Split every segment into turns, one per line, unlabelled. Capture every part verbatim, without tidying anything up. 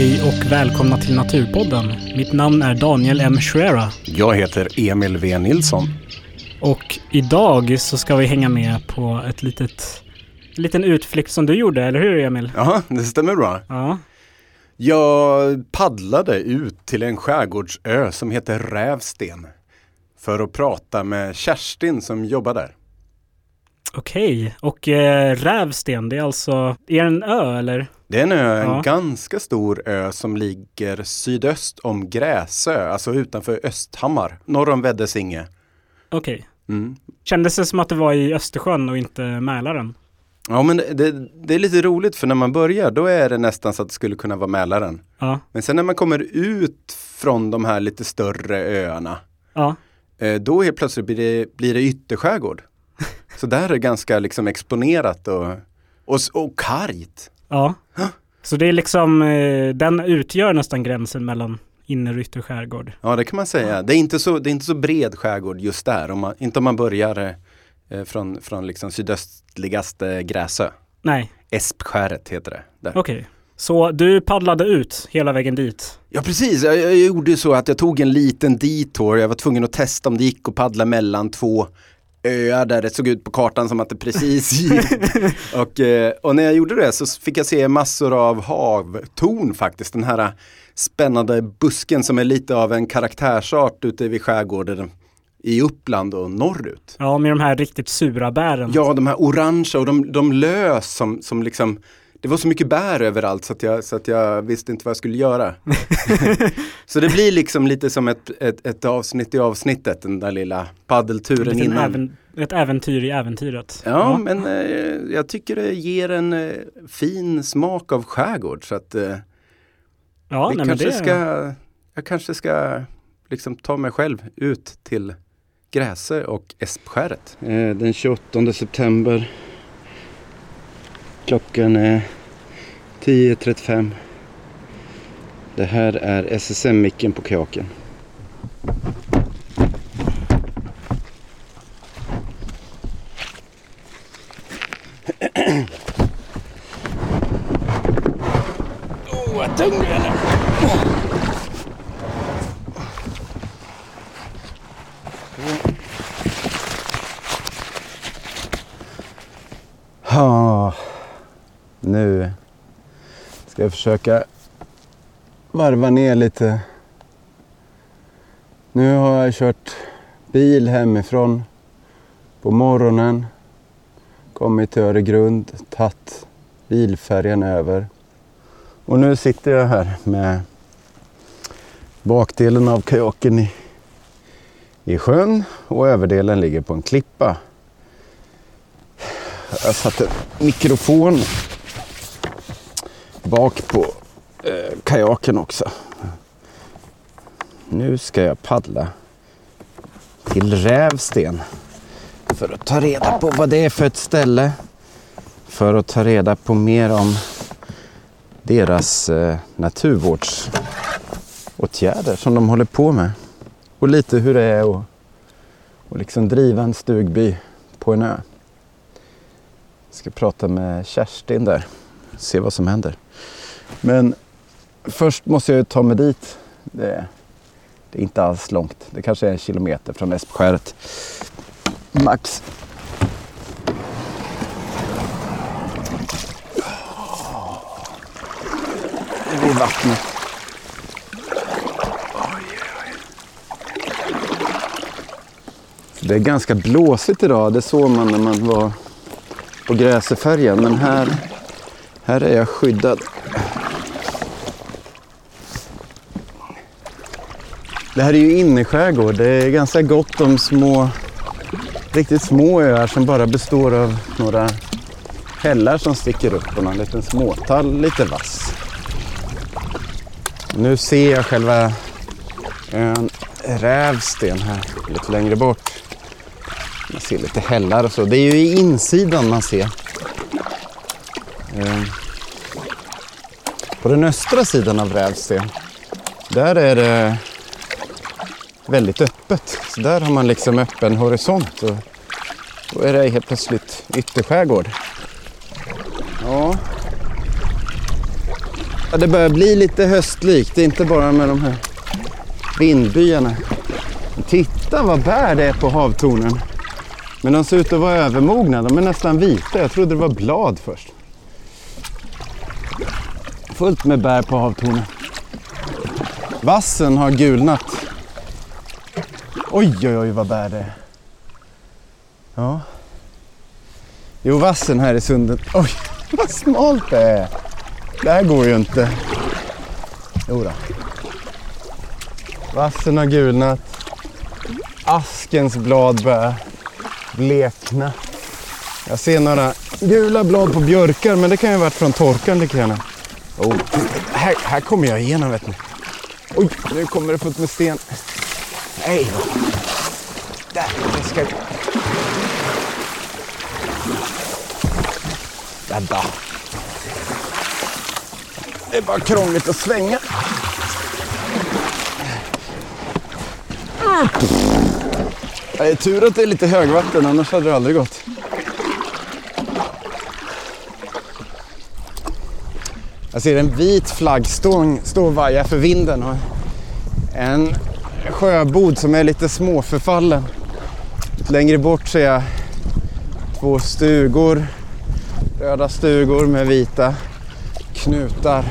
Hej och välkomna till Naturpodden. Mitt namn är Daniel M. Schwera.
Jag heter Emil V. Nilsson.
Och idag så ska vi hänga med på ett litet, en liten utflykt som du gjorde, eller hur Emil?
Ja, det stämmer bra.
Ja.
Jag paddlade ut till en skärgårdsö som heter Rävsten för att prata med Kerstin som jobbar där.
Okej, och eh, Rävsten, det är alltså, är det en ö eller?
Det är en ö, en
Ja.
ganska stor ö som ligger sydöst om Gräsö, alltså utanför Östhammar, norr om Väddesänge.
Okej.
Mm.
Kändes det som att det var i Östersjön och inte Mälaren?
Ja, men det, det är lite roligt för när man börjar då är det nästan så att det skulle kunna vara Mälaren.
Ja.
Men sen när man kommer ut från de här lite större öarna,
Ja.
eh, då helt plötsligt blir det, blir det ytterskärgård. Så där är det ganska liksom exponerat och, och, och kargt.
Ja. Så det är liksom, eh, den utgör nästan gränsen mellan inner och ytter skärgård.
Ja, det kan man säga. Det är inte så, det är inte så bred skärgård just där. Om man, inte om man börjar eh, från, från liksom sydöstligaste Gräsö.
Nej,
Espskäret heter det. Där.
okej. Så du paddlade ut hela vägen dit?
Ja, precis. Jag, jag gjorde ju så att jag tog en liten detour. Jag var tvungen att testa om det gick att paddla mellan två öar där det såg ut på kartan som att det precis gick. och, och när jag gjorde det så fick jag se massor av havtorn faktiskt. Den här spännande busken som är lite av en karaktärsart ute vid skärgården i Uppland och norrut.
Ja, med de här riktigt sura bären.
Ja, de här orangea och de, de lös som, som liksom, det var så mycket bär överallt så att jag, så att jag visste inte vad jag skulle göra. Så det blir liksom lite som ett, ett, ett avsnitt i avsnittet, den där lilla paddelturen
Liten
innan.
Även, ett äventyr i äventyret.
Ja, ja. men eh, jag tycker det ger en eh, fin smak av skärgård så att eh,
ja,
vi
nej,
kanske
men det...
ska, jag kanske ska liksom ta mig själv ut till Gräsö och Espskäret. Eh, den tjugoåttonde september. Klockan är tio trettiofem. Det här är S S M-micken på kajaken. Åh, oh, vad tung du är. Ja, nu ska jag försöka varva ner lite. Nu har jag kört bil hemifrån på morgonen. Kommit till Öregrund, tagit bilfärjan över. Och nu sitter jag här med bakdelen av kajaken i, i sjön och överdelen ligger på en klippa. Jag satte mikrofon bak på eh, kajaken också. Nu ska jag paddla till Rävsten för att ta reda på vad det är för ett ställe. För att ta reda på mer om deras eh, naturvårdsåtgärder som de håller på med. Och lite hur det är att och liksom driva en stugby på en ö. Jag ska prata med Kerstin där. Se vad som händer. Men först måste jag ta mig dit. Det är, det är inte alls långt. Det kanske är en kilometer från Espskäret. Max. Det är vattnet. Det är ganska blåsigt idag. Det såg man när man var på Gräsöfärjan, men här, här är jag skyddad. Det här är ju innerskärgård. Det är ganska gott om små, riktigt små öar som bara består av några hällar som sticker upp och någon liten småtall, lite vass. Nu ser jag själva ön Rävsten här lite längre bort. Man ser lite hällar och så. Det är ju i insidan man ser. Eh, på den östra sidan av Rävsten, där är det väldigt öppet. Så där har man liksom öppen horisont och då är det helt plötsligt ytterskärgård. Ja. Ja, det börjar bli lite höstlikt, det är inte bara med de här vindbyarna. Titta vad bär det är på havtornen. Men de ser ut att vara övermogna, de är nästan vita. Jag trodde det var blad först. Fullt med bär på havtornen. Vassen har gulnat. Oj, oj, oj, vad bär det är. Ja. Jo, vassen här i sundet. Oj, vad smalt det är. Det här går ju inte. Jo då. Vassen har gulnat. Askens blad börjar blekna. Jag ser några gula blad på björkar, men det kan ju ha varit från torkan lika gärna. Oh, här, här kommer jag igenom, vet ni. Oj, nu kommer det fullt med sten. Nej då. Där, det ska... Där. Det är bara krångligt att svänga. Det är tur att det är lite högvatten, annars hade det aldrig gått. Jag ser en vit flaggstång stå och vaja för vinden och en sjöbod som är lite småförfallen. Längre bort ser jag två stugor, röda stugor med vita knutar.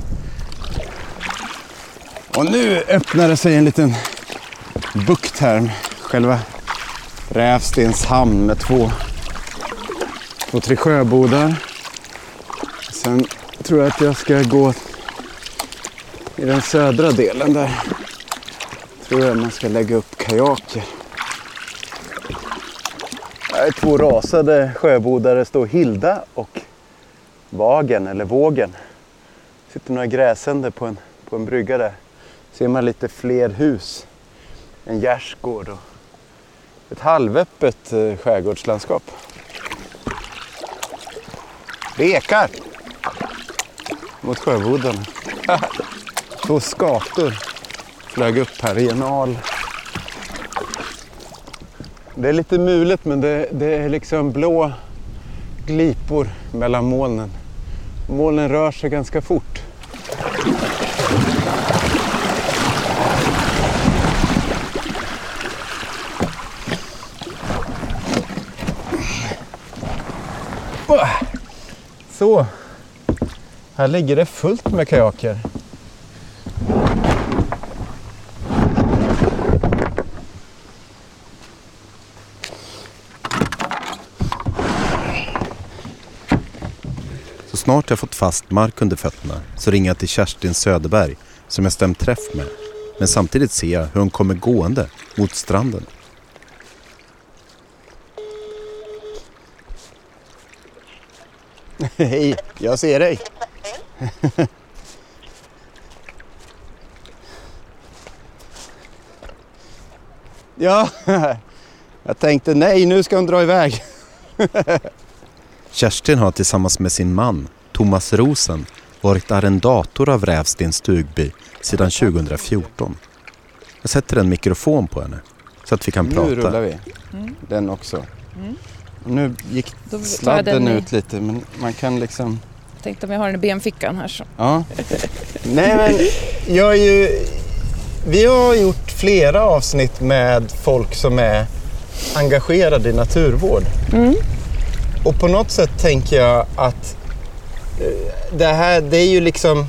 Och nu öppnar det sig en liten bukt här, själva Rävstens hamn med två, två tre sjöbodar. Sen tror jag att jag ska gå i den södra delen där. Tror jag man ska lägga upp kajaker. Det är två rasade sjöbodar. Det står Hilda och Vagen eller Vågen. Sitter några gräsänder på en, på en brygga där. Ser man lite fler hus. En gärdsgård och ett halvöppet skärgårdslandskap. Det ekar mot sjöbodarna. Två skator flög upp här i en al. Det är lite mulet, men det, det är liksom blå glipor mellan molnen. Molnen rör sig ganska fort. Så, här ligger det fullt med kajaker.
Så snart jag fått fast mark under fötterna så ringer jag till Kerstin Söderberg som jag stämt träff med. Men samtidigt ser jag hur hon kommer gående mot stranden.
Hej, jag ser dig. Ja, jag tänkte nej, nu ska hon dra iväg.
Kerstin har tillsammans med sin man, Thomas Rosen, varit arrendator av Rävstens stugby sedan tjugohundrafjorton. Jag sätter en mikrofon på henne så att vi kan
nu
prata.
Nu rullar vi. Mm. Den också. Mm. Nu gick sladden ut lite, men man kan liksom...
Jag tänkte om jag har den i benfickan här så.
Ja. Nej, men jag är ju... Vi har gjort flera avsnitt med folk som är engagerade i naturvård. Mm. Och på något sätt tänker jag att det här, det är ju liksom...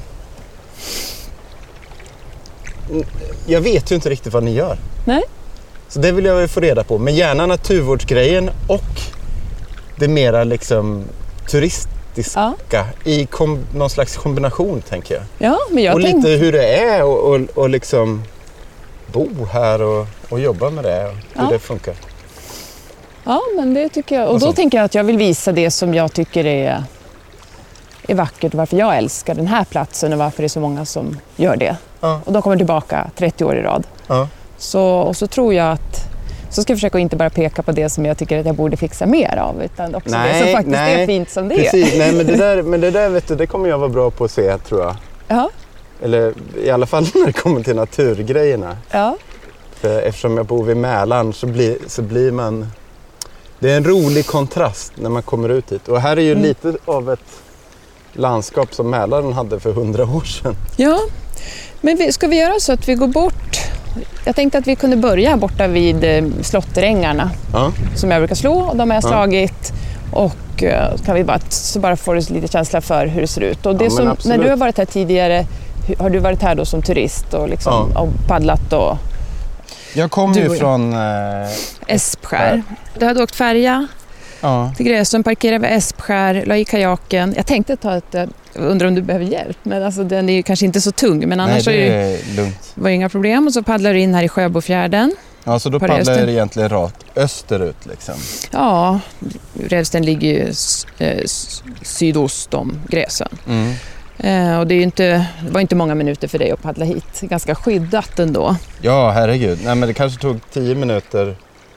Jag vet ju inte riktigt vad ni gör.
Nej.
Så det vill jag väl få reda på. Men gärna naturvårdsgrejen och det mera liksom turistiska ja. i kom, någon slags kombination, tänker jag.
Ja, men jag
och
tänk...
lite hur det är och, och, och liksom bo här och, och jobba med det och hur ja. det funkar.
Ja, men det tycker jag. Och, och då tänker jag att jag vill visa det som jag tycker är, är vackert. Varför jag älskar den här platsen och varför det är så många som gör det. Ja. Och de kommer tillbaka trettio år i rad. Ja. Så, och så tror jag att så ska jag försöka inte bara peka på det som jag tycker att jag borde fixa mer av, utan också nej, det som faktiskt nej, är fint som det
precis,
är.
Nej, men det där, men det där vet du, det kommer jag vara bra på att se, tror jag.
Ja.
Eller i alla fall när det kommer till naturgrejerna.
Ja.
För eftersom jag bor vid Mälaren så blir, så blir man... Det är en rolig kontrast när man kommer ut hit. Och här är ju mm. lite av ett landskap som Mälaren hade för hundra år sedan.
Ja, men vi, ska vi göra så att vi går bort? Jag tänkte att vi kunde börja borta vid eh, slotterängarna
Ja.
som jag brukar slå och de har jag
Ja.
slagit. Och eh, kan vi bara, så bara får du lite känsla för hur det ser ut. Och det
Ja, men
som,
absolut.
när du har varit här tidigare, hur- har du varit här då som turist och, liksom,
Ja.
och paddlat och
Jag kom
Du
ju
och jag.
från... Eh,
Espskär? Du hade åkt färja
ja.
till Gräsum, parkerade vid Espskär, la i kajaken. Jag tänkte ta ett, jag undrar om du behöver hjälp, men alltså, den är ju kanske inte så tung. Men annars
Nej,
är
det
det
är lugnt.
var det inga problem. Och så paddlar du in här i Sjöbofjärden.
Ja, så då
På
paddlar
Revsten.
jag egentligen rakt österut liksom.
Ja, Revsten ligger ju s- eh, s- sydost om Gräsön.
Mm.
Eh, och det, är ju inte, det var inte många minuter för dig att paddla hit. Ganska skyddat ändå.
Ja, herregud. Nej, men det kanske tog tio minuter.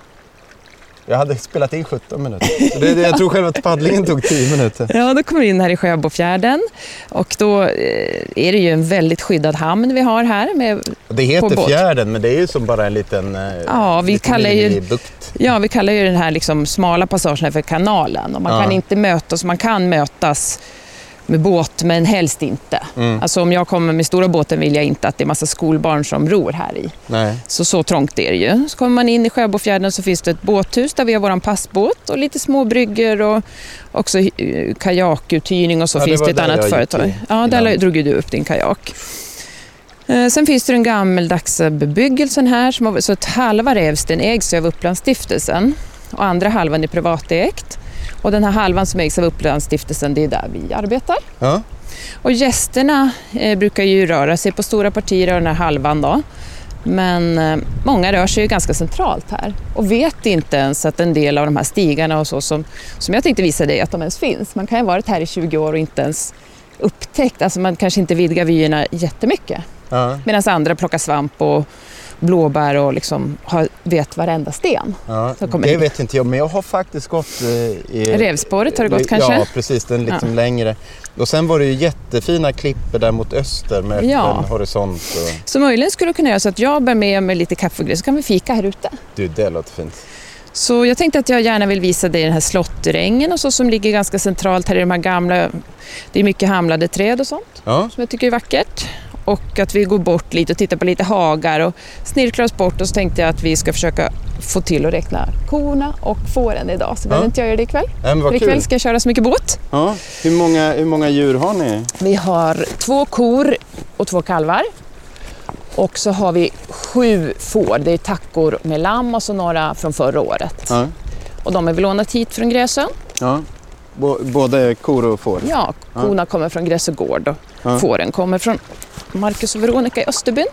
Jag hade spelat in sjutton minuter. Så det, det, jag tror själva att paddlingen tog tio minuter.
Ja, då kommer vi in här i Sjöbofjärden. Och då eh, är det ju en väldigt skyddad hamn vi har här. Med,
Och det
På
heter
båt.
fjärden, men det är ju som bara en liten, eh,
Ja, vi
liten
kallar ju-
minibukt.
ja, vi kallar ju den här liksom smala passagen här för kanalen. Och man
Ja.
kan inte mötas, man kan mötas med båt, men helst inte.
Mm.
Alltså om jag kommer med stora båten vill jag inte att det är massa skolbarn som ror här i.
Nej.
Så så trångt är det ju. Så kommer man in i Sjöbofjärden så finns det ett båthus där vi har våran passbåt och lite små bryggor och också eh, kajakuthyrning och så
Ja, det
finns
var
det ett
där
annat
jag gick
företag.
i-
Ja,
i
där
land.
drog ju du upp din kajak. Eh, Sen finns det den gammeldags bebyggelsen här, som har, så att halva Revsten ägs av Upplandsstiftelsen och andra halvan är privatägt. Och den här halvan som ägs av Upplandsstiftelsen, det är där vi arbetar.
Ja.
Och gästerna eh, brukar ju röra sig på stora partier av den här halvan då. Men eh, många rör sig ju ganska centralt här och vet inte ens att en del av de här stigarna och så som, som jag tänkte visa dig att de ens finns. Man kan ju ha varit här i tjugo år och inte ens upptäckt, alltså man kanske inte vidgar vyerna jättemycket.
Ja.
Medan andra plockar svamp och blåbär och liksom har, vet varenda sten.
Ja.
Så kommer
Det
det.
vet inte jag, men jag har faktiskt gått eh, i...
Revspåret har det gått kanske?
Ja, precis. Den liksom längre. Och sen var det ju jättefina klipper där mot öster med öppen
Ja.
horisont. Och...
Så möjligen skulle du kunna göra så att jag bär med mig lite kaffe och grejer så kan vi fika här ute.
Du, det låter fint.
Så jag tänkte att jag gärna vill visa dig den här slotterängen och så som ligger ganska centralt här i de här gamla, det är mycket hamlade träd och sånt
Ja.
som jag tycker är vackert. Och att vi går bort lite och tittar på lite hagar och snirklar oss bort och så tänkte jag att vi ska försöka få till att räkna korna och fåren idag. Så behöver
Ja.
inte jag göra det ikväll.
Nej, men
För
vad
ikväll
kul.
ska jag köra så mycket båt.
Ja. Hur, många, hur många djur har ni?
Vi har två kor och två kalvar. Och så har vi sju får. Det är tackor med lamm och så några från förra året.
Ja.
Och de är väl lånat hit från Gräsön.
Ja. B- både kor och får?
Ja, korna kommer från Gräsö gård och
Ja.
fåren kommer från Marcus och Veronica i Österbyn.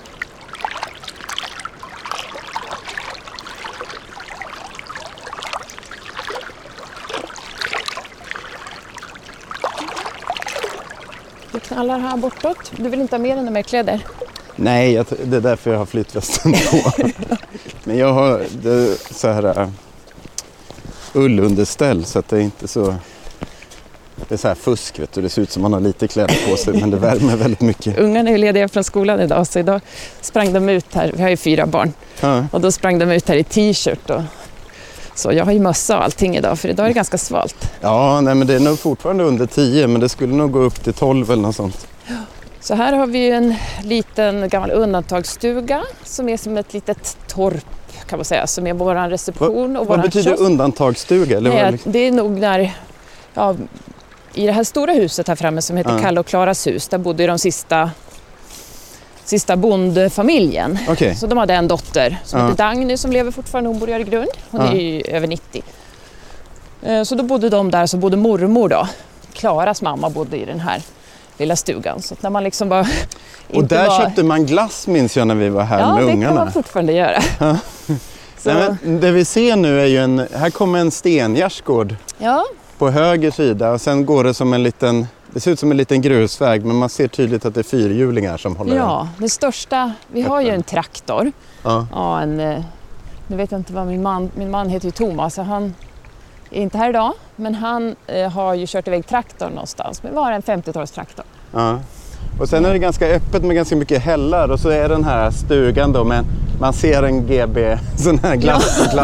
Det knallar här bortåt. Du vill inte ha med dina mer kläder?
Nej, jag, det är därför jag har flytvästen på. Men jag har det, så här uh, ullunderställ så att det är inte så... Det är så här fusk, vet du. Det ser ut som man har lite kläder på sig men det värmer väldigt mycket.
Ungarna är lediga från skolan idag så idag sprang de ut här. Vi har ju fyra barn.
Ja.
Och då sprang de ut här i t-shirt. Och... Så jag har ju mössa och allting idag för idag är det ganska svalt.
Ja, nej, men det är nog fortfarande under tio men det skulle nog gå upp till tolv eller något sånt.
Så här har vi ju en liten gammal undantagsstuga som är som ett litet torp kan man säga, som är vår reception och
Vad
vår
betyder
kiosk.
undantagsstuga? Eller vad är det
Nej,
liksom?
det är nog när, ja, i det här stora huset här framme som heter
Ja.
Kalle och Klaras hus, där bodde ju de sista, sista bondfamiljen.
Okej.
Så de hade en dotter som
Ja.
heter Dagny som lever fortfarande, hon bor i Öregrund. Hon
Ja.
är ju över nittio. Eh, Så då bodde de där, så bodde mormor då. Klaras mamma bodde i den här lilla stugan. Så att när man liksom bara...
Och
inte
där
var...
köpte man glass minns jag när vi var här
Ja,
med
det
ungarna.
kan man fortfarande göra. Så,
Nej, men det vi ser nu är ju en... Här kommer en stengärdsgård
ja,
på höger sida och sen går det som en liten... Det ser ut som en liten grusväg men man ser tydligt att det är fyrhjulingar som håller
ja, det största... Vi har ju en traktor.
Ja.
Ja, en... eh, Nu vet jag inte vad min man... Min man heter ju Thomas och han är inte här idag. Men han eh, har ju kört iväg traktorn någonstans. Men vi har en femtiotalstraktor.
Ja. Och sen är det ganska öppet med ganska mycket hällar och så är den här stugan då men man ser en G B, sån här glass och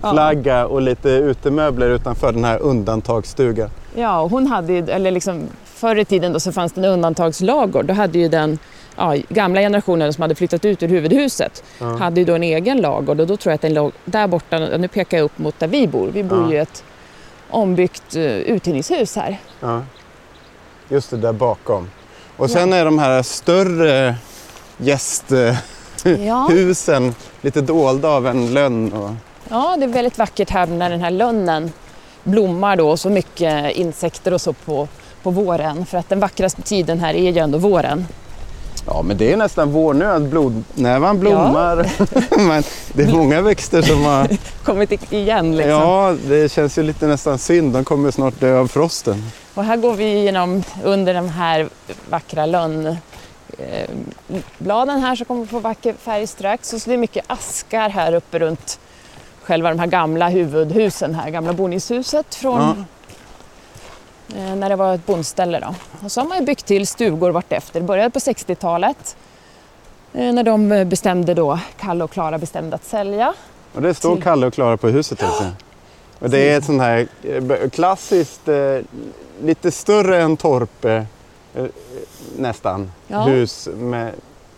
glassflagga och lite utemöbler utanför den här undantagsstugan.
Ja, och hon hade ju- eller liksom förr i tiden då så fanns det en undantagslagård. Då hade ju den ja, gamla generationen som hade flyttat ut ur huvudhuset ja. hade ju då en egen lagård. Och då tror jag att den låg där borta, nu pekar jag upp mot där vi bor. Vi bor ja. ju i ett ombyggt uh, uthyrningshus här.
Ja. Just det, där bakom. Och sen ja. är de här större gästhusen ja. lite dolda av en lönn. Och...
Ja, det är väldigt vackert här när den här lönnen blommar då och så mycket insekter och så på, på våren. För att den vackraste tiden här är ju ändå våren.
Ja, men det är nästan vårnöd. Blodnävan blommar. Ja. Men det är många växter som har...
kommit igen liksom.
Ja, det känns ju lite nästan synd. De kommer snart dö av frosten.
Och här går vi genom under de här vackra lönnbladen här så kommer vi få vacker färg strax. Och så det är mycket askar här uppe runt själva de här gamla huvudhusen här. Gamla boningshuset från... Ja. När det var ett bondställe då. Och så har man ju byggt till stugor vart efter. Det började på sextiotalet. När de bestämde då, Kalle och Klara bestämde att sälja.
Och det står till... Kalle och Klara på huset alltså. Och det är ett sånt här klassiskt, eh, lite större än torp eh, nästan. Ja. Hus med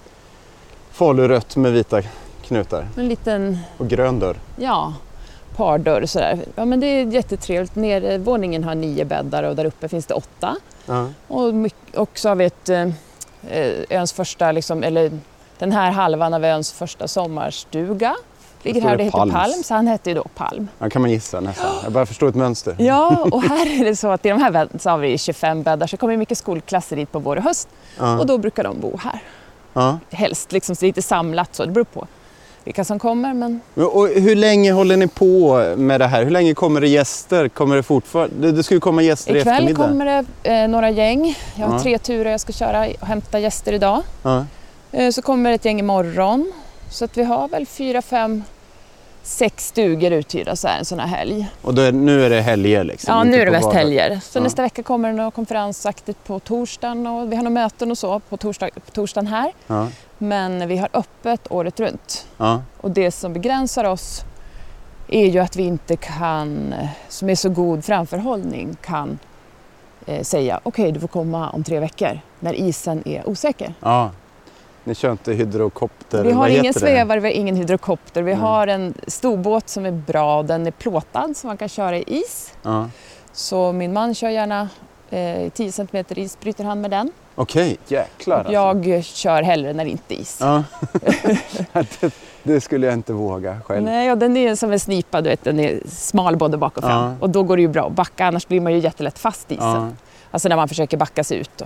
falurött med vita knutar.
En liten...
Och grön dörr.
Ja. Pardörr sådär. Ja, men det är jättetrevligt. Nedervåningen har nio bäddar och där uppe finns det åtta. Uh-huh. Och, mycket, och så har vi ett eh, öns första, liksom, eller den här halvan av öns första sommarstuga. Ligger här och det heter Palms. Palm, så han heter ju då Palm.
Ja, kan man gissa nästan. Jag bara förstår ett mönster.
Ja, och här är det så att i de här bäddarna så har vi tjugofem bäddar så kommer mycket skolklasser dit på vår och höst. Uh-huh. Och då brukar de bo här. Uh-huh. Helst liksom så lite samlat så, det beror på vilka som kommer. Men...
Och hur länge håller ni på med det här? Hur länge kommer det gäster? Kommer det fortfarande? Det ska ju komma gäster i eftermiddag.
Ikväll kommer det eh, några gäng. Jag har ja. tre turer jag ska köra och hämta gäster idag. Ja. Eh, så kommer ett gäng imorgon. Så att vi har väl fyra, fem, sex stugor uthyrda så här en sån här helg.
Och då är, nu är det helger liksom?
Ja, nu är det mest helger. Så ja. nästa vecka kommer det några konferensaktigt på torsdagen och vi har några möten och så på, torsdag, på torsdagen här. Ja. Men vi har öppet året runt. Ja. Och det som begränsar oss är ju att vi inte kan, som är så god framförhållning, kan eh, säga okej, okay, du får komma om tre veckor när isen är osäker.
Ja. Ni kör inte hydrokopter?
Vi har ingen svävare, vi har ingen hydrokopter. Vi mm. har en storbåt som är bra, den är plåtad så man kan köra i is. Ja. Så min man kör gärna eh, tio centimeter is, bryter han med den.
Okej, jäklar.
Och jag alltså. kör hellre när det inte är is. Ja.
det, det skulle jag inte våga själv.
Nej, och den är som en snipa, du vet, den är smal både bak och fram. Ja. Och då går det ju bra att backa, annars blir man ju jättelätt fast i isen. Ja. Alltså när man försöker backa sig ut då.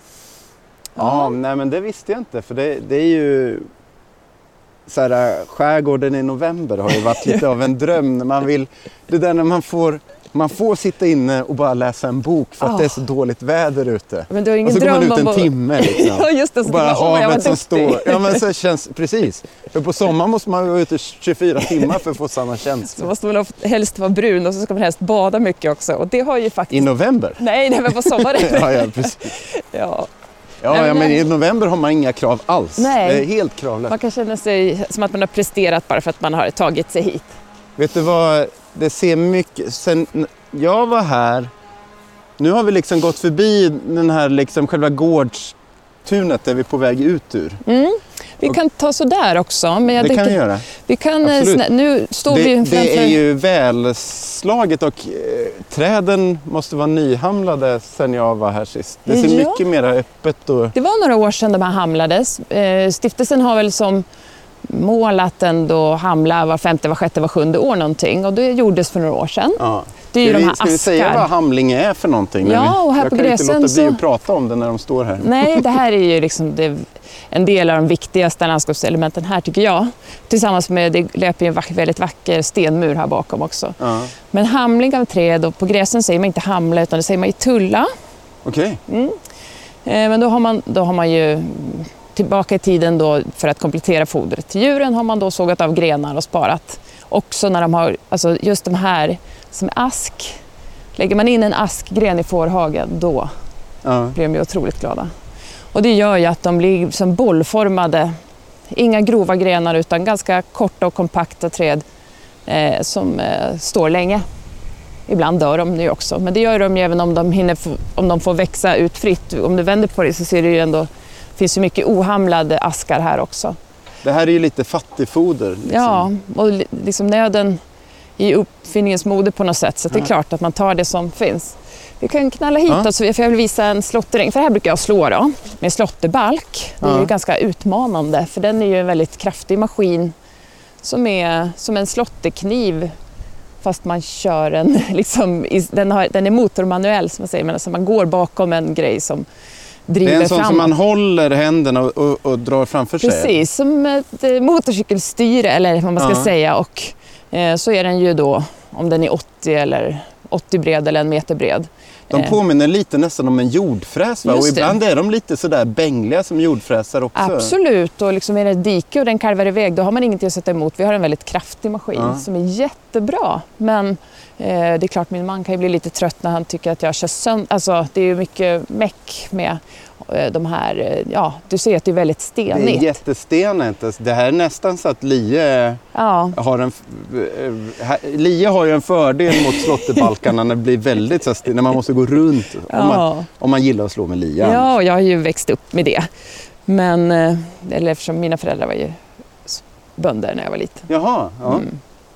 Ja, nej men det visste jag inte för det, det är ju så här, skärgården i november har ju varit lite av en dröm när man vill, det där när man får man får sitta inne och bara läsa en bok för att oh. det är så dåligt väder ute.
Men du har ingen
och så
dröm
går man ut en
om
timme liksom.
Ja, just det, så
och bara havet som står.
Ja,
men så känns precis. För på sommaren måste man vara ute tjugofyra timmar för att få samma känsla.
Så måste man helst vara brun och så ska man helst bada mycket också och det har ju faktiskt
i november.
Nej, det var på sommaren.
ja, ja, precis.
Ja.
Ja,
Nej,
ja, men i november har man inga krav alls.
Nej.
Det är helt kravlöst.
Man kan känna sig som att man har presterat bara för att man har tagit sig hit.
Vet du vad, det ser mycket... Sen jag var här, nu har vi liksom gått förbi den här liksom själva gårdstunet där vi är på väg ut ur.
Mm. Vi kan ta så där också. Men jag
det
tycker,
kan vi göra.
Vi kan, nu står
det,
vi framför...
det är ju välslaget och eh, träden måste vara nyhamlade sen jag var här sist. Det ser ja. mycket mer öppet. Och...
Det var några år sedan de här hamlades. Eh, stiftelsen har väl som mål att ändå hamla var femte, var sjätte, var sjunde år någonting. Och det gjordes för några år sedan. Ja. Det är ju
ska
de här
vi, ska vi säga vad hamling är för någonting?
Ja, och här
jag
på
kan
Gräsen
inte låta
så...
bli att prata om det när de står här.
Nej, det här är ju liksom det, en del av de viktigaste landskapselementen här tycker jag. Tillsammans med, det löper ju en väldigt vacker stenmur här bakom också. Ja. Men hamling av träd, och på Gräsen säger man inte hamla utan det säger man i tulla.
Okej. Okay.
Mm. Eh, men då har, man, då har man ju tillbaka i tiden då för att komplettera fodret till djuren har man då sågat av grenar och sparat. Också när de har, alltså just de här som är ask. Lägger man in en askgren i fårhagen då ja. blir de ju otroligt glada. Och det gör ju att de blir som bollformade. Inga grova grenar utan ganska korta och kompakta träd eh, som eh, står länge. ibland dör de nu också. Men det gör de ju även om de, hinner få, om de får växa ut fritt. Om du vänder på det så ser du ju ändå, det finns ju mycket ohamlade askar här också.
Det här är ju lite fattigfoder. Liksom.
Ja, och liksom nöden i uppfinningens mode på något sätt. Så det är klart att man tar det som finns. Vi kan knalla hit ja. Alltså, för jag vill visa en slåttering. För här brukar jag slå då, med slåtterbalk. Det är ja. ju ganska utmanande för den är ju en väldigt kraftig maskin som är som en slåtterkniv. Fast man kör en, liksom, den, har, den är motormanuell som man säger. Men alltså man går bakom en grej som driver framåt.
Det är en sån
framåt.
som man håller händerna och, och, och drar framför sig?
Precis, som ett motorcykelstyre eller vad man ska ja. säga. Och eh, så är den ju då, om den är åttio eller åttio bred eller en meter bred.
De påminner lite nästan om en jordfräs va? Och ibland är de lite sådär bängliga som jordfräsar också.
Absolut, och liksom är det ett dike och den kalvar iväg då har man ingenting att sätta emot. Vi har en väldigt kraftig maskin ja. som är jättebra. Men eh, det är klart min man kan ju bli lite trött när han tycker att jag kör sönder. Alltså det är ju mycket meck med eh, de här, ja du ser att det är väldigt stenigt.
Det är jättestenigt. Det här är nästan så att Lie ja. har en Lie har ju en fördel mot slåtterbalkarna när det blir väldigt så när man måste gå runt ja. om, man, om man gillar att slå med lian.
Ja, jag har ju växt upp med det. Men eller eftersom mina föräldrar var ju bönder när jag var liten.
Jaha, ja. Mm.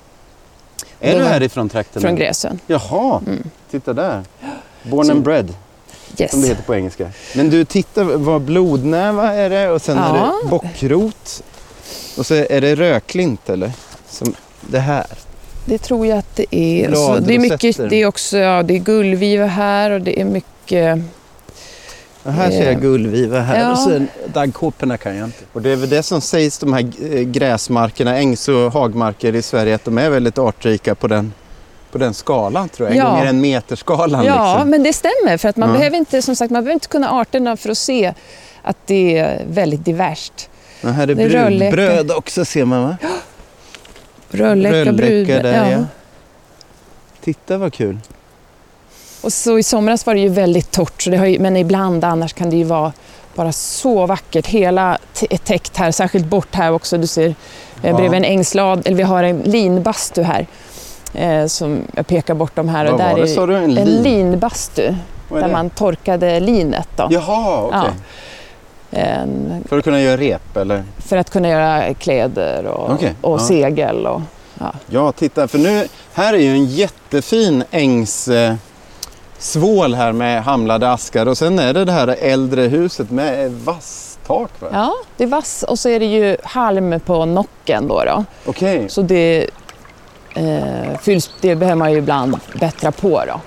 Är du härifrån trakten?
Från Gräsön.
Jaha, mm. titta där. Born så, and bred.
Yes.
Som det heter på engelska. Men du, titta vad blodnäva är det och sen ja. är det bockrot. Och så är det röklint eller? Som det här.
Det tror jag att det är. Så det är mycket, det är också, ja, det är gullviva här och det är mycket...
Och här ser jag gullviva här ja. och sen daggkåporna kan jag inte. Och det är väl det som sägs, de här gräsmarkerna, ängs- och hagmarker i Sverige, att de är väldigt artrika på den, på den skalan tror jag. En ja. gånger en meterskalan.
Ja,
liksom.
Men det stämmer för att man
ja.
behöver inte, som sagt, man behöver inte kunna arterna för att se att det är väldigt diverst.
Och här är, är brudbröd också ser man va? Ja.
Rölleka, brudbröd.
där
ja.
ja. Titta vad kul.
Och så i somras var det ju väldigt torrt, så det har ju, men ibland annars kan det ju vara bara så vackert. Hela t- täckt här, särskilt bort här också. Du ser ja. eh, bredvid en ängslad, eller vi har en linbastu här eh, som jag pekar bortom här.
Vad
och där
var det?
är
Så du en, lin?
en linbastu där det? man torkade linet. Då.
Jaha, okej. Okay.
Ja. En,
för att kunna göra rep eller?
För att kunna göra kläder och,
okay.
och
ja.
segel. Och, ja.
ja, titta, för nu, här är ju en jättefin ängs... Eh, svål här med hamlade askar och sen är det det här äldre huset med vass tak va?
Ja, det är vass och så är det ju halm på nocken då. då.
Okej. Okay.
Så det, eh, fylls, det behöver man ju ibland bättra på då.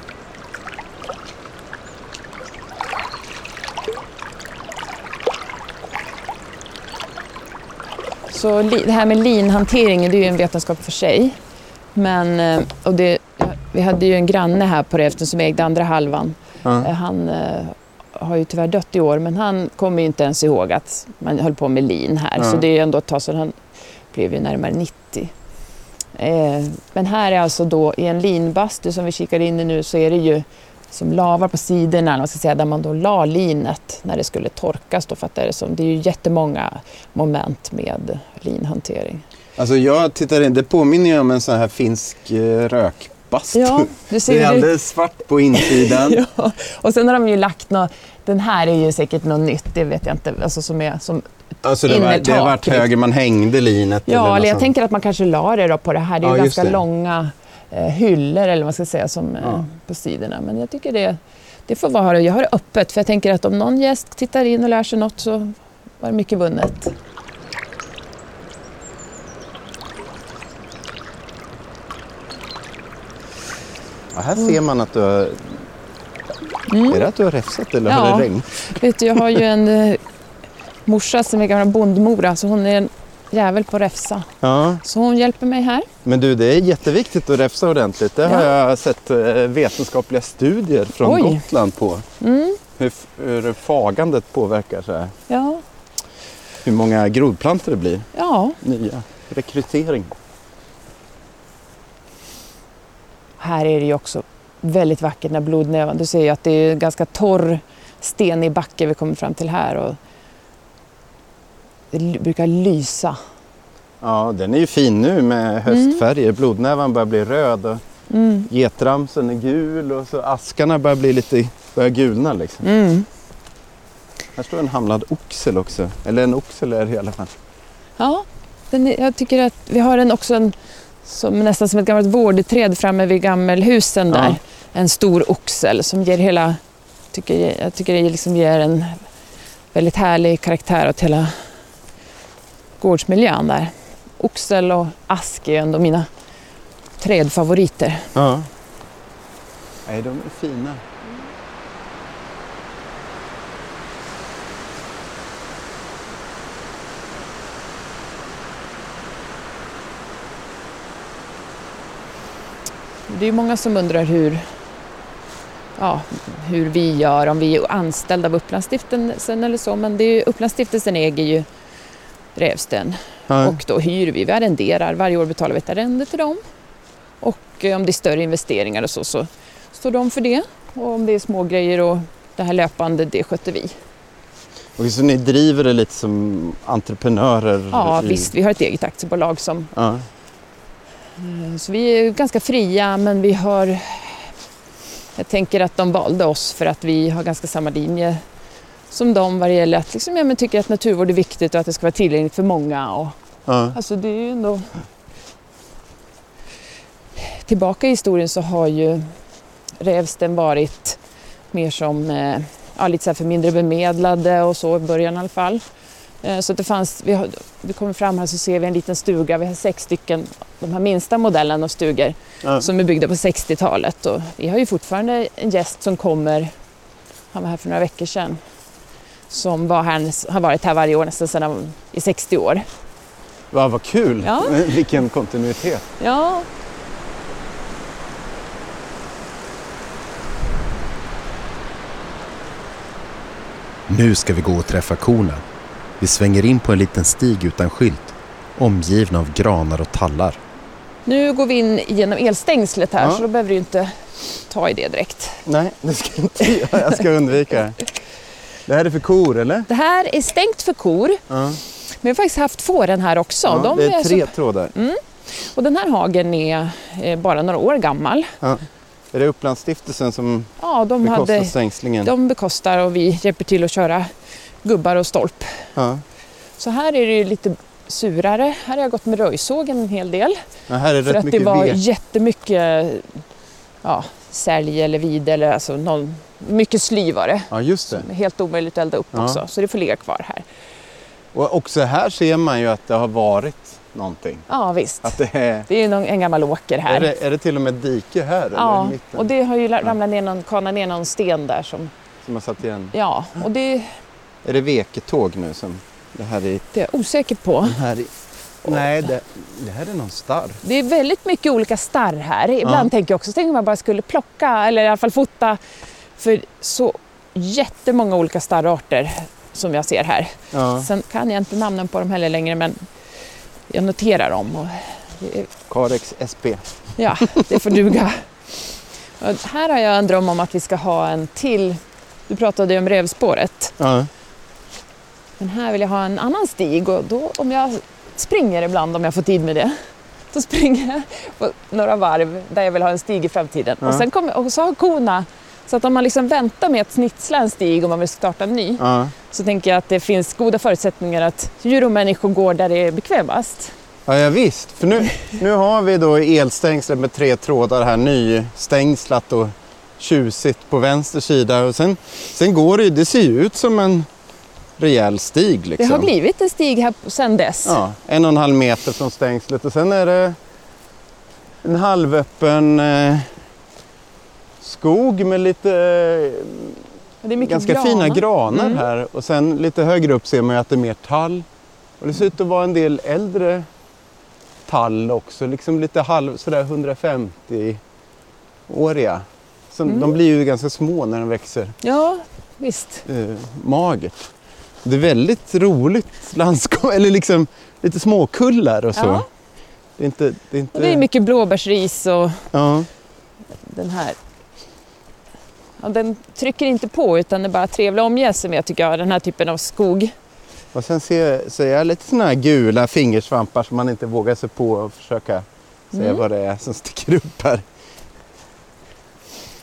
Så li, det här med linhanteringen, det är ju en vetenskap för sig. Men, och det, vi hade ju en granne här på Rävsten som ägde andra halvan. Mm. Han eh, har ju tyvärr dött i år, men han kommer ju inte ens ihåg att man höll på med lin här. Mm. Så det är ju ändå ett tag sedan, han blev ju närmare nittio. Eh, men här är alltså då i en linbastu som vi kikar in i nu så är det ju som lavar på sidorna, man ska säga, där man då la linet när det skulle torkas. Då, för att det, är som, det är ju jättemånga moment med linhantering.
Alltså jag tittar in, det påminner ju om en sån här finsk eh, rökbastu.
Ja, du ser
det är alldeles svart på insidan.
ja, och sen har de ju lagt något, den här är ju säkert något nytt, det vet jag inte, alltså som är som
alltså det, var, det har varit högre, man hängde linet.
Ja, eller, eller jag
sånt. tänker
tänker att man kanske la det då på det här, det är ja, ju ganska det. långa eh, hyllor eller vad man ska säga som eh, ja. på sidorna, men jag tycker det, det får vara, jag har det öppet för jag tänker att om någon gäst tittar in och lär sig något så var det mycket vunnet.
Ja, här ser man att du har... Mm. Är det att du har räfsat eller ja. har det regn?
Vet du, jag har ju en eh, morsa som är gamla bondmora, så hon är en jävel på räfsa. Ja. Så hon hjälper mig här.
Men du, det är jätteviktigt att räfsa ordentligt. Det ja. har jag sett eh, vetenskapliga studier från Oj. Gotland på. Mm. Hur, hur fagandet påverkar så här.
Ja.
Hur många grodplantor det blir.
Ja.
Nya rekrytering.
Här är det ju också väldigt vackert när blodnävan. Du ser ju att det är ganska torr sten i backe vi kommer fram till här. Och det brukar lysa.
Ja, den är ju fin nu med höstfärger. Mm. Blodnävan börjar bli röd. Och Mm. Getramsen är gul och så askarna börjar bli lite börjar gulna liksom.
Mm.
Här står en hamlad oxel också. Eller en oxel är det i alla fall.
Ja, den är, jag tycker att vi har en också en, som, nästan som ett gammalt vårdträd framme vid gammelhusen där. Ja. En stor oxel som ger hela, tycker, jag tycker det liksom ger en väldigt härlig karaktär åt hela gårdsmiljön där. Oxel och ask är ändå mina trädfavoriter.
Ja. Nej, de är fina.
Det är många som undrar hur, ja, hur vi gör, om vi är anställda av Upplandsstiftelsen eller så. Men det är ju, Upplandsstiftelsen äger ju Rävsten. Ja. Och då hyr vi, vi arrenderar. Varje år betalar vi ett arrende till dem. Och om det är större investeringar och så, så står de för det. Och om det är små grejer och det här löpande, det sköter vi.
Och så ni driver det lite som entreprenörer?
Ja,
i...
visst. Vi har ett eget aktiebolag som...
Ja.
Så vi är ganska fria, men vi har... Jag tänker att de valde oss för att vi har ganska samma linje som de vad det gäller att liksom, ja, men tycker att naturvård är viktigt och att det ska vara tillgängligt för många. Och,
ja.
Alltså det är ju ändå... Tillbaka i historien så har ju Rävsten varit mer som eh, ja, lite så här för mindre bemedlade och så i början i alla fall. Eh, så att det fanns, vi, har, vi kommer fram här så ser vi en liten stuga, vi har sex stycken, de här minsta modellen av stugor ja. Som är byggda på sextiotalet. Och vi har ju fortfarande en gäst som kommer, han var här för några veckor sedan, som var här, har varit här varje år nästan sedan i sextio år.
Ja, vad kul!
Ja.
Vilken kontinuitet!
Ja.
Nu ska vi gå och träffa korna. Vi svänger in på en liten stig utan skylt, omgivna av granar och tallar.
Nu går vi in genom elstängslet här, ja. Så då behöver du inte ta i det direkt.
Nej, det ska jag inte göra. Jag ska undvika det. Det här är för kor, eller?
Det här är stängt för kor. Ja. Men vi har faktiskt haft fåren här också.
Ja,
De
det är tre
så...
trådar.
Mm. Och den här hagen är bara några år gammal.
Ja. Är det Upplandsstiftelsen som
ja, de
bekostar
hade,
stängslingen?
De bekostar och vi hjälper till att köra gubbar och stolp. Ja. Så här är det lite surare. Här har jag gått med röjsågen en hel del.
Ja, här är
för
rätt
att
mycket
det var
ved.
jättemycket ja, sälj eller vid eller alltså någon, mycket sly var det.
Ja, just det.
Helt omöjligt att elda upp ja. Också. Så det får ligga kvar här.
Och också här ser man ju att det har varit någonting.
Ja, visst.
Att det är,
det är någon, en gammal åker här.
Är det, är det till och med ett dike här?
Ja,
eller i mitten?
Och det har ju ramlat ner någon, kanat ner någon sten där som...
Som har satt igen?
Ja, och det...
Är det veketåg nu som det här är?
Det är jag osäker på.
Här är... Nej, det, det här är någon starr.
Det är väldigt mycket olika starr här. Ibland ja. Tänker jag också att man bara skulle plocka eller i alla fall fota för så jättemånga olika starrarter som jag ser här. Ja. Sen kan jag inte namnen på dem heller längre, men jag noterar dem. Och
är... Carex S P.
Ja, det får duga. Och här har jag en dröm om att vi ska ha en till. Du pratade ju om revspåret.
Ja.
Men här vill jag ha en annan stig och då om jag springer ibland om jag får tid med det. Då springer jag på några varv där jag vill ha en stig i framtiden. Ja. Och sen kommer, och så har korna, så att om man liksom väntar med att snitsla en stig om man vill starta en ny. Ja. Så tänker jag att det finns goda förutsättningar att djur och människor går där det är bekvämast.
Ja, ja visst. För nu, nu har vi då elstängslet med tre trådar här, nystängslat och tjusigt på vänster sida. Och sen, sen går det, det ser ju ut som en rejäl stig liksom.
Det har blivit en stig här sedan dess.
Ja, en och en halv meter från stängslet och sen är det en halvöppen eh, skog med lite eh,
det är
ganska
granar.
fina granar
mm.
här. Och sen lite högre upp ser man ju att det är mer tall. Och det ser ut att vara en del äldre tall också, liksom lite halv, sådär hundrafemtio-åriga. Så mm. De blir ju ganska små när de växer.
Ja, visst.
Eh, magert. Det är väldigt roligt landskap, eller liksom lite småkullar och så.
Ja.
Det är inte, det är inte...
Och det är mycket blåbärsris och
ja.
Den här. Ja, den trycker inte på utan det är bara trevliga omgäser med tycker jag, den här typen av skog.
Och sen ser, ser jag lite såna här gula fingersvampar som man inte vågar sig på och försöka säga mm. vad det är som sticker upp här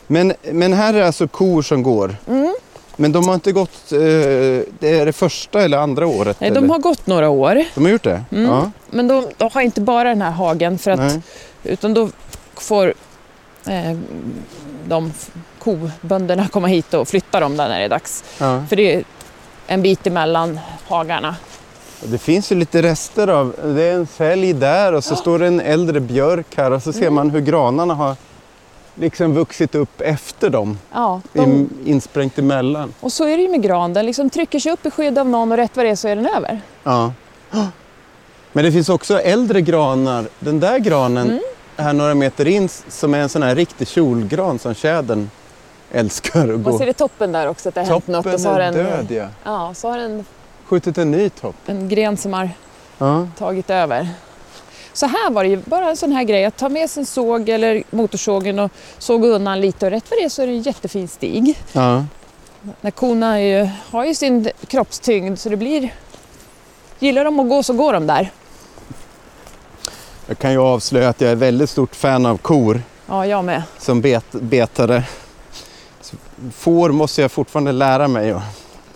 Men, men här är alltså kor som går.
Mm.
Men de har inte gått, eh, det är det första eller andra året?
Nej,
eller?
de har gått några år.
De har gjort det?
Mm.
Ja.
Men de, de har inte bara den här hagen för att,
Nej.
utan då får eh, de kobönderna komma hit och flytta dem där när det är dags.
Ja.
För det är en bit emellan hagarna.
Det finns ju lite rester av, det är en fälg där och så
Ja.
står det en äldre björk här och så ser
Mm.
man hur granarna har liksom vuxit upp efter dem,
Ja,
i,
de,
insprängt emellan.
och så är det ju med gran. Den liksom trycker sig upp i skydd av någon och rätt vad det är så är den över.
Ja. Men det finns också äldre granar. Den där granen
Mm.
här några meter in som är en sån här riktig kjolgran som tjädern älskar att
Man
gå.
ser det toppen där också att det har hänt något.
Toppen
Och så har
är
den,
död, ja.
ja, så har den
Skjutit en ny topp.
en gren som har
Ja.
tagit över. Så här var det ju bara en sån här grej att ta med sin såg eller motorsågen och såga undan lite och rätt för det så är det en jättefin stig.
Ja.
När korna är ju, har ju sin kroppstyngd så det blir, gillar de att gå så går de där.
Jag kan ju avslöja att jag är väldigt stort fan av kor
Ja, jag med.
som bet, betare. Så får måste jag fortfarande lära mig. Och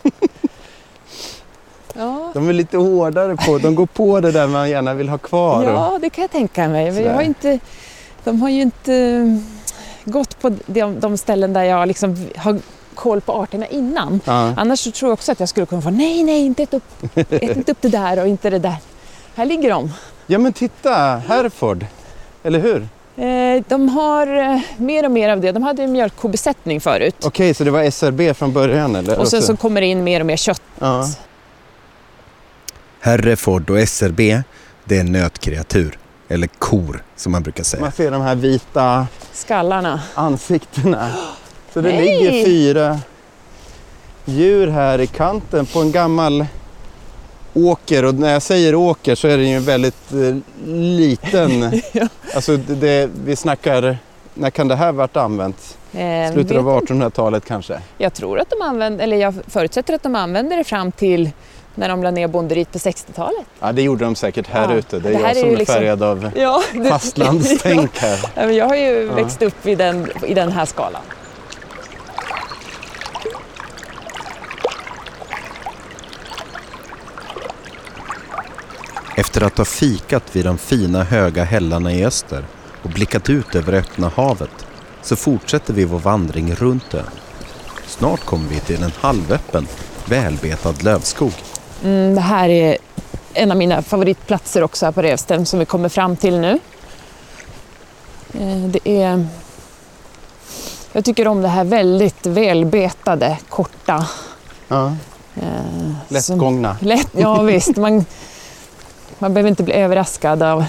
Ja.
de är lite hårdare på, de går på det där man gärna vill ha kvar. Och,
Ja, det kan jag tänka mig. Men jag
Sådär.
har inte, de har ju inte gått på de, de ställen där jag liksom har koll på arterna innan.
ja.
Annars så tror jag också att jag skulle kunna få nej, nej, inte ät upp, ät inte upp det där och inte det där. Här ligger de.
ja men titta, Hereford. Eller hur?
Eh, de har eh, mer och mer av det. De hade en mjölkkobesättning förut.
Okej, så det var S R B från början eller?
Och sen
också?
så kommer det in mer och mer kött.
Ja.
Hereford och S R B, det är nötkreatur. Eller kor, som man brukar säga.
Man ser de här vita
Skallarna.
ansiktena. Så det
Hej!
ligger fyra djur här i kanten på en gammal åker. Och när jag säger åker så är det ju en väldigt eh, liten.
Ja.
Alltså det, det, vi snackar, när kan det här varit använt?
Eh,
Slutet
vet
av artonhundratalet kanske?
Jag tror att de använder, eller jag förutsätter att de använder det fram till när de la ner bonderiet på sextiotalet.
Ja, det gjorde de säkert här
Ja.
ute. Det är
Det här
jag
är
som
ju
är
liksom-
färgad av
Ja,
fastlandstänk här.
Ja, men jag har ju
Ja.
växt upp i den, i den här skalan.
Efter att ha fikat vid de fina höga hällarna i öster och blickat ut över öppna havet så fortsätter vi vår vandring runt ön. Snart kommer vi till en halvöppen, välbetad lövskog.
Mm, det här är en av mina favoritplatser också här på Revsten som vi kommer fram till nu. Eh, Det är... Jag tycker om det här väldigt välbetade, korta.
Ja,
Eh, som-
lättgångna.
Lätt, ja visst, man, man behöver inte bli överraskad av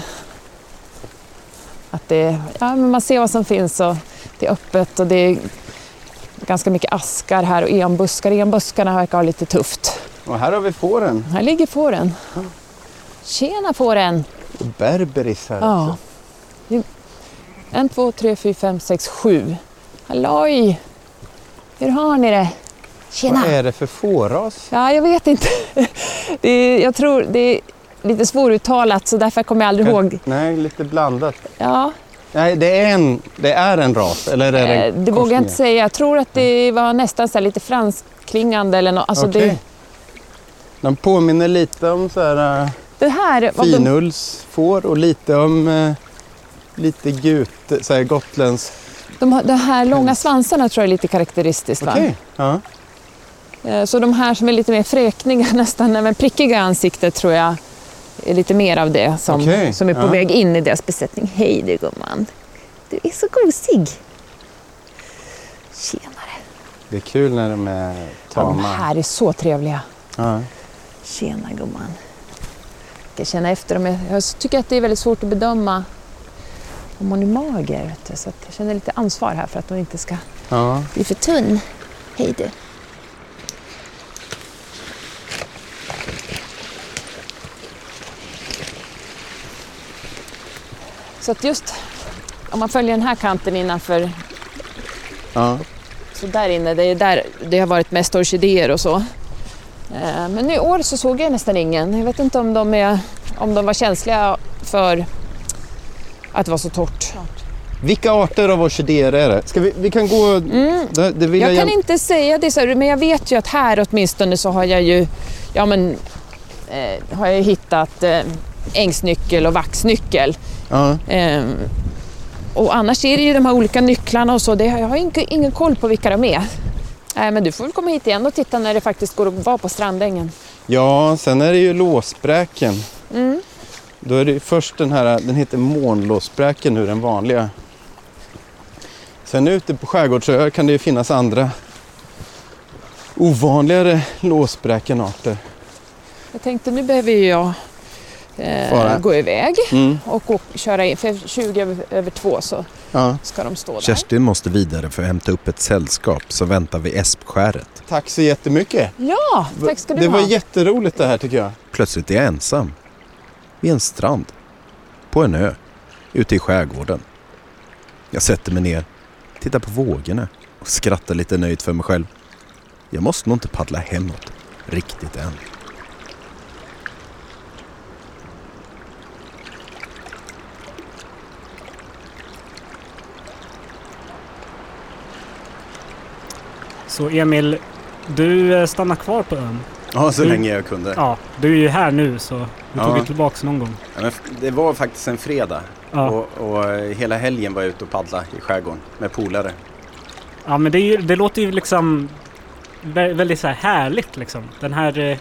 att det, ja, men man ser vad som finns och det är öppet och det är ganska mycket askar här och enbuskar. Enbuskarna verkar ha lite tufft.
Och här har vi fåren.
Här ligger fåren. Tjena fåren!
Och berberis här
Ja.
också.
En, två, tre, fyra, fem, sex, sju. Halloj! Hur har ni det? Tjena!
Vad är det för fåras?
Ja, jag vet inte. Det är, jag tror det är lite svåruttalat så därför kommer jag aldrig ihåg.
Nej, lite blandat.
Ja,
Nej, det är en, det är en ras, eller är det
eh,
en
det vågar jag
korsning?
inte säga. Jag tror att det var nästan så här lite franskklingande eller något. Alltså
Okej.
det,
De påminner lite om så här, äh,
det här var de,
finullsfår och lite om äh, lite gute, så här gotländsk.
de, har- de här långa svansarna tror jag är lite karaktäristiskt. Va?
Okej, ja.
Eh, Så de här som är lite mer fräkniga, nästan men prickiga i ansiktet tror jag är lite mer av det som,
Okej,
som är på
ja.
väg in i deras besättning. Hej du gumman, du är så gosig. Tjenare.
Det är kul när de är
Ja, de
tama.
här är så trevliga.
Ja.
Tjena gumman. Jag ska känna efter dem. Jag tycker att det är väldigt svårt att bedöma om hon är mager. Vet du. Så att jag känner lite ansvar här för att hon inte ska
Ja.
bli för tunn. Hej du. Så att just om man följer den här kanten innanför,
Ja.
så där inne, det är där det har varit mest orkidéer och så. Eh, Men i år så såg jag nästan ingen. Jag vet inte om de, är, om de var känsliga för att det var så torrt.
Vilka arter av orkidéer är det? Ska vi, vi kan gå...
Mm.
Det, det vill
jag
jag
kan
jäm...
inte säga det, så här, men jag vet ju att här åtminstone så har jag ju, ja men, eh, har jag hittat eh, ängsnyckel och vaxnyckel.
Ja.
Eh, och annars är det ju de här olika nycklarna och så, det, jag har ingen, ingen koll på vilka de är. Nej, men du får väl komma hit igen och titta när det faktiskt går att vara på strandängen.
Ja, sen är det ju låsbräken.
Mm.
Då är det först den här, den heter månlåsbräken nu, den vanliga. Sen ute på skärgårdsöar kan det ju finnas andra ovanligare låsbräkenarter.
Jag tänkte nu behöver ju jag eh, gå iväg
mm.
och, och köra in, för tjugo över, över två så
ja.
ska de stå där.
Kerstin måste vidare för att hämta upp ett sällskap som väntar vid Espskäret.
Tack så jättemycket.
Ja, tack ska du
det
ha.
Det var jätteroligt det här tycker jag.
Plötsligt är jag ensam. Vid en strand. På en ö. Ute i skärgården. Jag sätter mig ner. Tittar på vågorna. Och skrattar lite nöjt för mig själv. Jag måste nog inte paddla hemåt. Riktigt än.
Så Emil, du stannar kvar på ön.
Ja, så
du,
länge jag kunde.
Ja, du är ju här nu så du
ja.
tog ju tillbaka någon gång.
Ja, men det var faktiskt en fredag.
Ja.
Och, och hela helgen var jag ute och paddla i skärgården med polare.
Ja, men det, är ju, det låter ju liksom väldigt så här härligt liksom. Den här eh,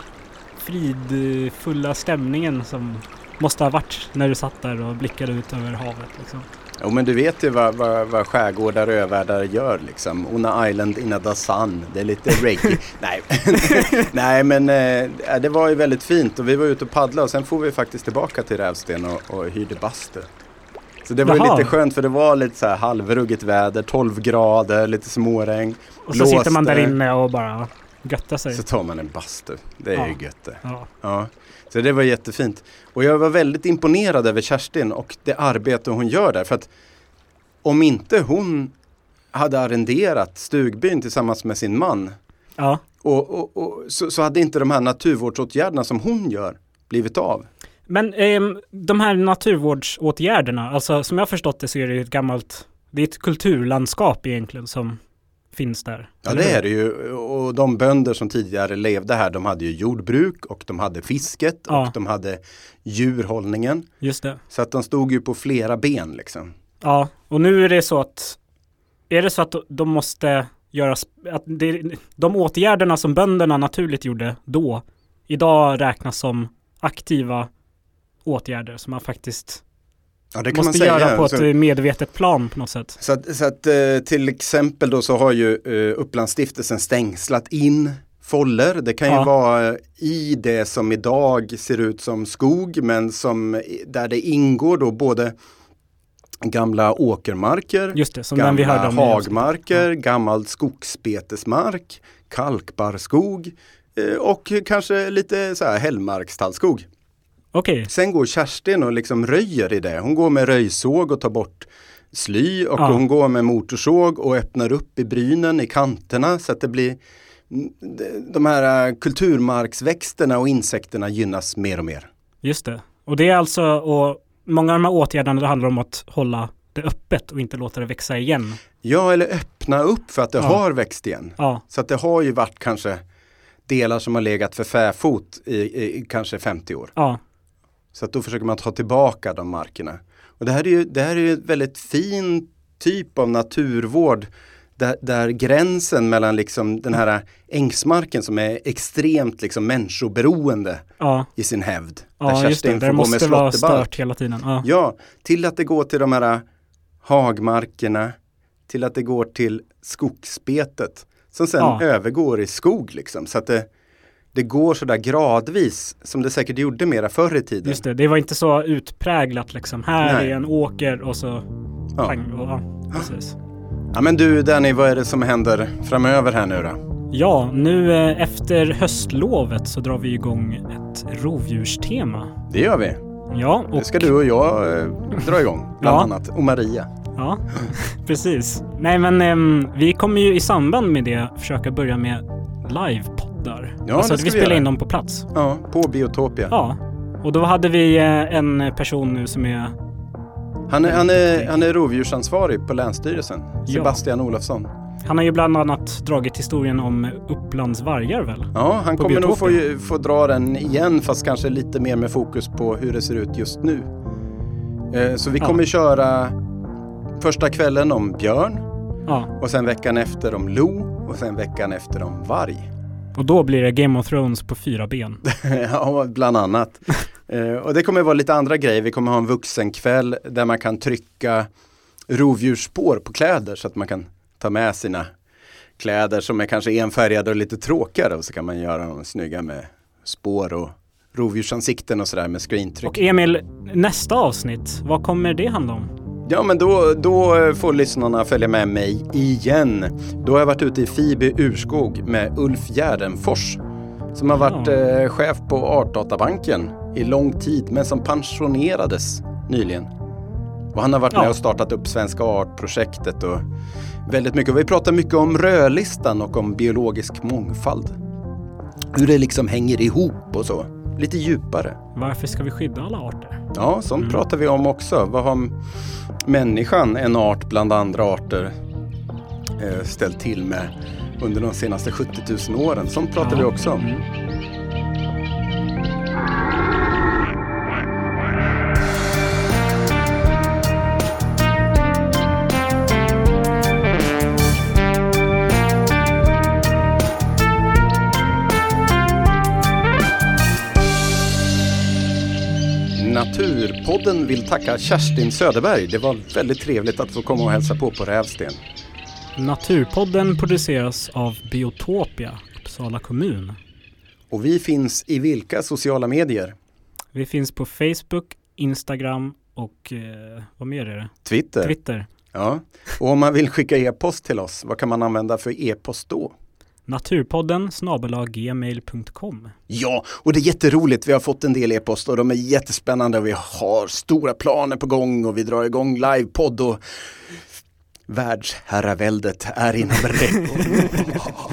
fridfulla stämningen som måste ha varit när du satt där och blickade ut över havet liksom.
Jo, men du vet ju vad, vad, vad skärgårdar och övärldar gör liksom. Una Island in the sun. Det är lite reggae. Nej. Nej, men eh, det var ju väldigt fint. Och vi var ute och paddla och sen får vi faktiskt tillbaka till Rävsten och, och hyrde bastu. Så det var ju lite skönt för det var lite så här halvruggigt väder, tolv grader, lite småregn.
Och så sitter man där inne och bara göttar sig.
Så tar man en bastu. Det är ja. ju gött det.
Ja.
Ja. Så det var jättefint. Och jag var väldigt imponerad över Kerstin och det arbete hon gör där. För att om inte hon hade arrenderat stugbyn tillsammans med sin man.
Ja.
Och, och, och, så, så hade inte de här naturvårdsåtgärderna som hon gör blivit av.
Men eh, de här naturvårdsåtgärderna, alltså som jag har förstått det så är det ett gammalt, det är ett kulturlandskap egentligen som finns där.
Ja, det är det ju. Och de bönder som tidigare levde här, de hade ju jordbruk och de hade fisket
ja.
och de hade djurhållningen.
Just det.
Så att de stod ju på flera ben liksom.
Ja, och nu är det så att är det så att de måste göra att det, de åtgärderna som bönderna naturligt gjorde då idag räknas som aktiva åtgärder som man faktiskt
ja, det kan
måste
man säga.
göra på
så,
ett medvetet plan på något sätt.
Så att, så att till exempel då så har ju uh, Upplandsstiftelsen stängslat in foller. Det kan ju ja. vara i det som idag ser ut som skog men som där det ingår då både gamla åkermarker,
just det, som
gamla
vi hörde om
hagmarker, ja. gammal skogsbetesmark, kalkbarrskog uh, och kanske lite så här hällmarkstallskog.
Okay.
Sen går Kerstin och liksom röjer i det. Hon går med röjsåg och tar bort sly och
ja.
hon går med motorsåg och öppnar upp i brynen i kanterna så att det blir de här kulturmarksväxterna och insekterna gynnas mer och mer.
Just det. Och det är alltså, och många av de här åtgärderna det handlar om att hålla det öppet och inte låta det växa igen.
Ja, eller öppna upp för att det
ja.
har växt igen.
Ja.
Så att det har ju varit kanske delar som har legat för fäfot i, i kanske femtio år.
Ja.
Så att då försöker man ta tillbaka de markerna. Och det här är ju, det här är ju ett väldigt fin typ av naturvård där, där gränsen mellan liksom den här ängsmarken som är extremt liksom människoberoende ja. i sin hävd.
Ja,
där
just det. Det måste vara stört hela tiden. Ja.
ja, till att det går till de här hagmarkerna, till att det går till skogsbetet som sen ja. övergår i skog liksom. Så att det Det går så där gradvis som det säkert gjorde mera förr i tiden.
Just det, det var inte så utpräglat liksom. Här
Nej.
är en åker och så
ja.
pang och ja, precis.
Ja men du Danny, vad är det som händer framöver här nu då?
Ja, nu eh, efter höstlovet så drar vi igång ett rovdjurstema.
Det gör vi.
Ja, och...
Det ska du och jag eh, dra igång, bland ja. annat. Och Maria.
Ja, precis. Nej men eh, vi kommer ju i samband med det försöka börja med livepoddar.
Ja,
alltså att vi spelar
göra.
in dem på plats.
Ja, på Biotopia.
Ja, och då hade vi en person nu som är
Han är, han är, han är rovdjursansvarig på Länsstyrelsen. Sebastian ja. Olofsson.
Han har ju bland annat dragit historien om Upplands vargar väl?
Ja, han kommer nog få, få dra den igen, fast kanske lite mer med fokus på hur det ser ut just nu. Eh, så vi ja. kommer köra första kvällen om björn. Ja. Och sen veckan efter om lo. Och sen veckan efter om varg.
Och då blir det Game of Thrones på fyra ben.
Ja, bland annat. eh, och det kommer vara lite andra grejer. Vi kommer ha en vuxenkväll där man kan trycka rovdjursspår på kläder så att man kan ta med sina kläder som är kanske enfärgade och lite tråkigare, och så kan man göra dem snygga med spår och rovdjursansikten och sådär med screentryck.
Och Emil, nästa avsnitt, vad kommer det handla om?
Ja, men då, då får lyssnarna följa med mig igen. Då har jag varit ute i Fiby urskog med Ulf Gärdenfors som har varit ja. eh, chef på Artdatabanken i lång tid, men som pensionerades nyligen. Och han har varit ja. med och startat upp Svenska Artprojektet och väldigt mycket. Och vi pratar mycket om rödlistan och om biologisk mångfald. Hur det liksom hänger ihop och så. Lite djupare.
Varför ska vi skydda alla arter?
Ja, sånt mm. pratar vi om också. Vad har människan, en art bland andra arter, eh, ställt till med under de senaste sjuttio tusen åren? Sånt pratar ja. vi också om. Mm. Naturpodden vill tacka Kerstin Söderberg. Det var väldigt trevligt att få komma och hälsa på på Rävsten.
Naturpodden produceras av Biotopia, Uppsala kommun.
Och vi finns i vilka sociala medier?
Vi finns på Facebook, Instagram och eh, vad mer är det?
Twitter.
Twitter.
Ja. Och om man vill skicka e-post till oss, vad kan man använda för e-post då?
Naturpodden snabel-a gmail punkt com.
Ja, och det är jätteroligt. Vi har fått en del e-post och de är jättespännande och vi har stora planer på gång och vi drar igång livepodd och världsherraväldet är inom räckhåll.